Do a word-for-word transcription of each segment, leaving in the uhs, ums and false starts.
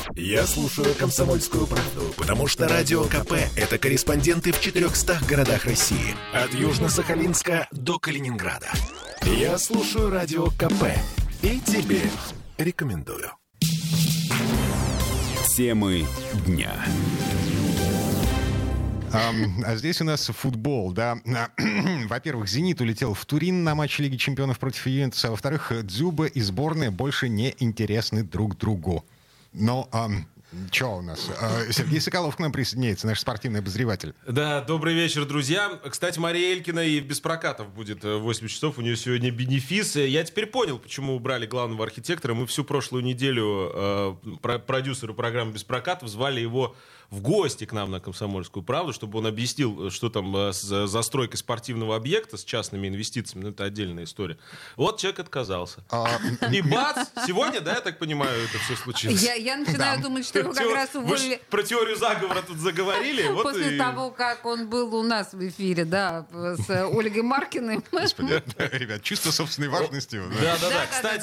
Я слушаю «Комсомольскую правду», потому что Радио КП – это корреспонденты в четырехстах городах России. От Южно-Сахалинска до Калининграда. Я слушаю Радио КП и тебе рекомендую. Темы дня. А, а здесь у нас футбол, да. Во-первых, «Зенит» улетел в Турин на матч Лиги чемпионов против «Ювентуса». А во-вторых, Дзюба и сборная больше не интересны друг другу. Но а, что у нас? А, Сергей Соколов к нам присоединяется, наш спортивный обозреватель. Да, добрый вечер, друзья. Кстати, Мария Элькина и без прокатов будет в восемь часов. У нее сегодня бенефис. Я теперь понял, почему убрали главного архитектора. Мы всю прошлую неделю э, продюсеру программы «Без прокатов» звали его в гости к нам на «Комсомольскую правду», чтобы он объяснил, что там с застройкой спортивного объекта с частными инвестициями. Ну, это отдельная история. Вот человек отказался. А... И бац! Сегодня, да, я так понимаю, это все случилось. Я, я начинаю да. думать, что его как раз уволили. Вы про теорию заговора тут заговорили. Вот После и... того, как он был у нас в эфире, да, с Ольгой Маркиной. Господи, ребят, чувство собственной важности. Да-да-да.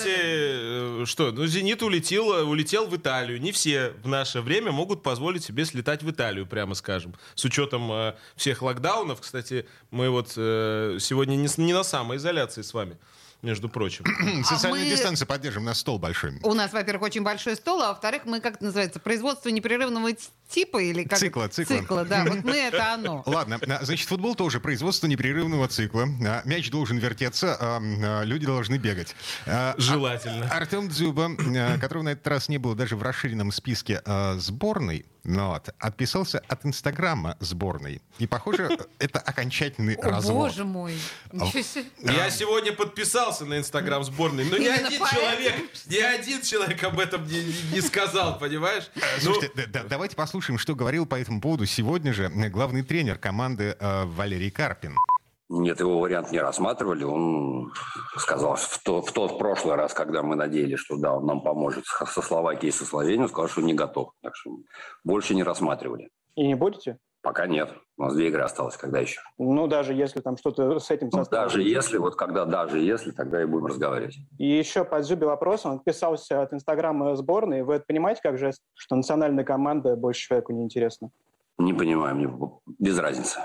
Кстати, что, ну, «Зенит» улетел, улетел в Италию. Не все в наше время могут позволить себе летать в Италию, прямо скажем. С учетом э, всех локдаунов. Кстати, мы вот э, сегодня не, не на самоизоляции с вами, между прочим. Социальную а мы... дистанцию поддержим, у нас стол большой. У нас, во-первых, очень большой стол, а во-вторых, мы, как это называется, производство непрерывного типа или как цикла, цикла. Цикла, да, вот мы это оно. Ладно, значит, футбол тоже производство непрерывного цикла. Мяч должен вертеться, а люди должны бегать. Желательно. Артем Дзюба, которого на этот раз не было даже в расширенном списке сборной, вот, отписался от Инстаграма сборной. И, похоже, это окончательный развод. О, боже мой. Ничего себе. Я сегодня подписался на Инстаграм сборной, но ни один человек, ни один человек об этом не, не сказал, понимаешь? Слушайте, ну... да, давайте послушаем, что говорил по этому поводу сегодня же главный тренер команды э, Валерий Карпин. Нет, его вариант не рассматривали. Он сказал, что в, то, в тот в прошлый раз, когда мы надеялись, что да, он нам поможет со Словакией и со Словенией, он сказал, что не готов. Так что больше не рассматривали. И не будете? Пока нет. У нас две игры осталось. Когда еще? Ну, даже если там что-то с этим... Ну, даже если, вот когда даже если, тогда и будем разговаривать. И еще по Дзюбе вопрос. Он отписался от Инстаграма сборной. Вы это понимаете как жест, что национальная команда больше человеку не интересна? Не понимаю, мне без разницы.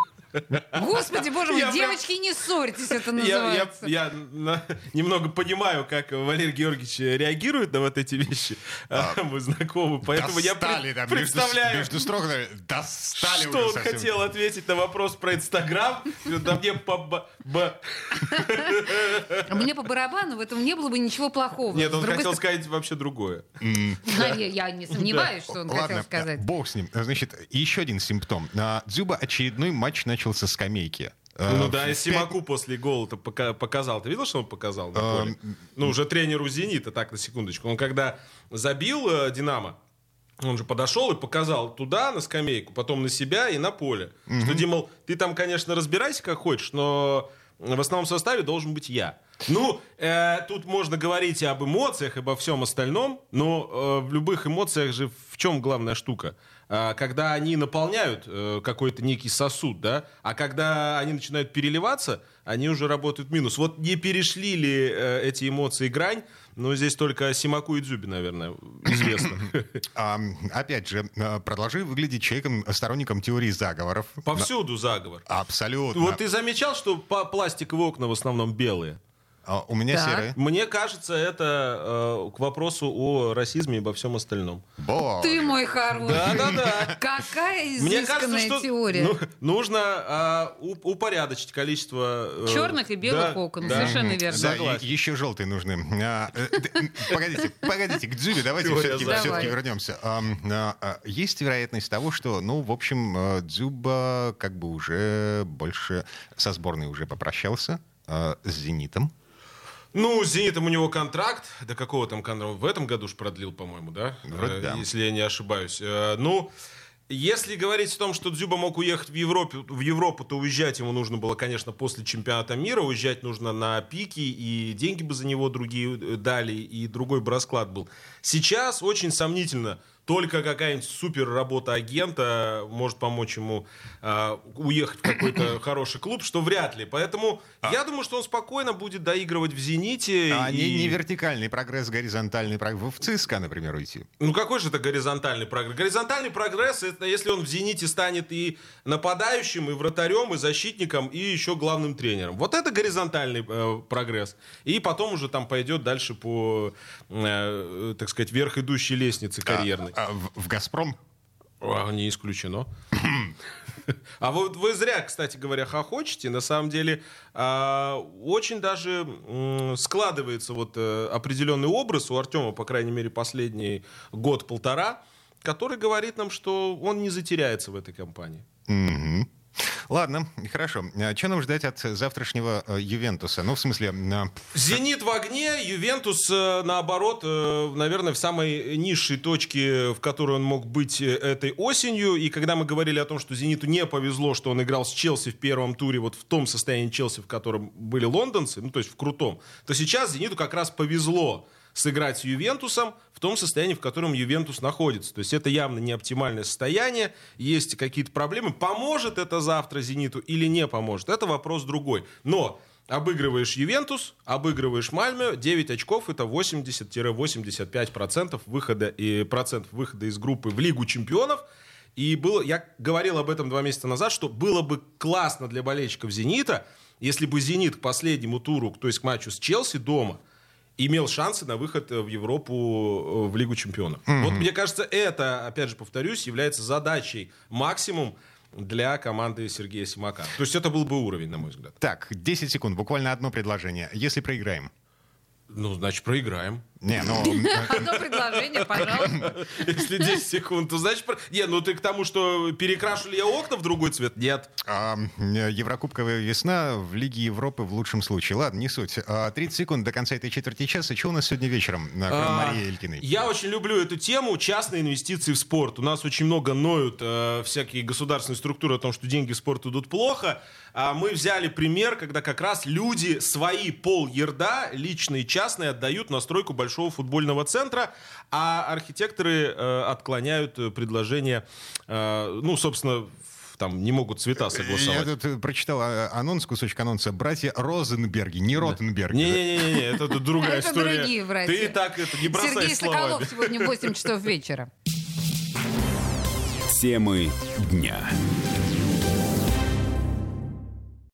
Господи, боже мой, я девочки, прям... не ссорьтесь, это называется. Я, я, я на, немного понимаю, как Валерий Георгиевич реагирует на вот эти вещи. А, мы знакомы, поэтому достали, я да, представляю, между, между строгами, достали что уже он совсем. хотел ответить на вопрос про Инстаграм. Да мне по... Мне по барабану в этом не было бы ничего плохого. Нет, он хотел сказать вообще другое. Я не сомневаюсь, что он хотел сказать. Бог с ним. Значит, еще один симптом. Дзюба очередной матч начал со скамейки. Ну да, и Симаку после гола-то показал. Ты видел, что он показал на поле? Ну, уже тренеру «Зенита», так, на секундочку. Он когда забил «Динамо», он же подошел и показал туда, на скамейку, потом на себя и на поле. Mm-hmm. Что, Димал, ты там, конечно, разбирайся как хочешь, но в основном составе должен быть я. Ну, э, тут можно говорить и об эмоциях, и обо всем остальном, но э, в любых эмоциях же в чем главная штука? Э, когда они наполняют э, какой-то некий сосуд, да, а когда они начинают переливаться, они уже работают в минус. Вот не перешли ли э, эти эмоции грань? Ну, здесь только Симаку и Дзюбе, наверное, известно. А, опять же, продолжи выглядеть человеком, сторонником теории заговоров. Повсюду заговор. Абсолютно. Вот ты замечал, что пластиковые окна в основном белые? А у меня так. серые. Мне кажется, это э, к вопросу о расизме и обо всем остальном. Боже. Ты мой хороший. Да-да-да. Какая Мне изысканная кажется, что теория. ну, нужно э, упорядочить количество... Э, черных и белых да, окон. да. Совершенно верно. Да, Согласен. и, еще желтые нужны. А, э, погодите, погодите, к Дзюбе давайте все-таки, все-таки вернемся. А, а, есть вероятность того, что, ну, в общем, Дзюба как бы уже больше со сборной уже попрощался а, с «Зенитом». Ну, с «Зенитом» у него контракт. До какого там контракта? В этом году уж продлил, по-моему, да? Вроде да. Если я не ошибаюсь. Ну, если говорить о том, что Дзюба мог уехать в Европу, в Европу, то уезжать ему нужно было, конечно, после чемпионата мира. Уезжать нужно на пике, и деньги бы за него другие дали, и другой бы расклад был. Сейчас очень сомнительно, только какая-нибудь супер работа агента может помочь ему э, уехать в какой-то хороший клуб, что вряд ли. Поэтому а. я думаю, что он спокойно будет доигрывать в «Зените». А и... не, не вертикальный прогресс, горизонтальный прогресс. В ЦСКА, например, уйти. Ну какой же это горизонтальный прогресс? Горизонтальный прогресс, это если он в «Зените» станет и нападающим, и вратарем, и защитником, и еще главным тренером. Вот это горизонтальный э, прогресс. И потом уже там пойдет дальше по, э, так сказать, вверх идущей лестнице карьерной. А, а в, в «Газпром»? А, не исключено. А вот вы зря, кстати говоря, хохочете. На самом деле очень даже складывается вот определенный образ у Артема, по крайней мере, последний год-полтора, который говорит нам, что он не затеряется в этой компании. Mm-hmm. Ладно, хорошо. Что нам ждать от завтрашнего э, Ювентуса? Ну, в смысле... Э... «Зенит» в огне, Ювентус, э, наоборот, э, наверное, в самой низшей точке, в которой он мог быть этой осенью. И когда мы говорили о том, что «Зениту» не повезло, что он играл с Челси в первом туре, вот в том состоянии Челси, в котором были лондонцы, ну, то есть в крутом, то сейчас «Зениту» как раз повезло сыграть с Ювентусом в том состоянии, в котором Ювентус находится. То есть это явно не оптимальное состояние, есть какие-то проблемы. Поможет это завтра «Зениту» или не поможет? Это вопрос другой. Но обыгрываешь Ювентус, обыгрываешь Мальме, девять очков — это восемьдесят-восемьдесят пять процентов выхода, и процентов выхода из группы в Лигу чемпионов. И было, я говорил об этом два месяца назад, что было бы классно для болельщиков «Зенита», если бы «Зенит» к последнему туру, то есть к матчу с Челси дома, имел шансы на выход в Европу, в Лигу чемпионов. Mm-hmm. Вот мне кажется, это, опять же повторюсь, является задачей максимум для команды Сергея Симака. То есть это был бы уровень, на мой взгляд. Так, десять секунд, буквально одно предложение. Если проиграем? Ну, значит, проиграем. Не, ну... Одно предложение, пожалуйста. Если десять секунд, то значит... Не, ну ты к тому, что перекрашу ли я окна в другой цвет? Нет. А, Еврокубковая весна в Лиге Европы в лучшем случае. Ладно, не суть. А, тридцать секунд до конца этой четверти часа. Что у нас сегодня вечером на а, Марии Элькиной? Я очень люблю эту тему. Частные инвестиции в спорт. У нас очень много ноют э, всякие государственные структуры о том, что деньги в спорт идут плохо. А мы взяли пример, когда как раз люди свои пол-ерда, личные, частные, отдают на стройку большого футбольного центра, а архитекторы э, отклоняют предложение, э, ну, собственно, там не могут цвета согласовать. Я тут прочитал анонс, кусочек анонса. Братья Розенберги, не Ротенберги. Не-не-не, это другая это история. Другие братья. Ты так это не бросай Сергей словами. Соколов сегодня в восемь часов вечера. Темы дня.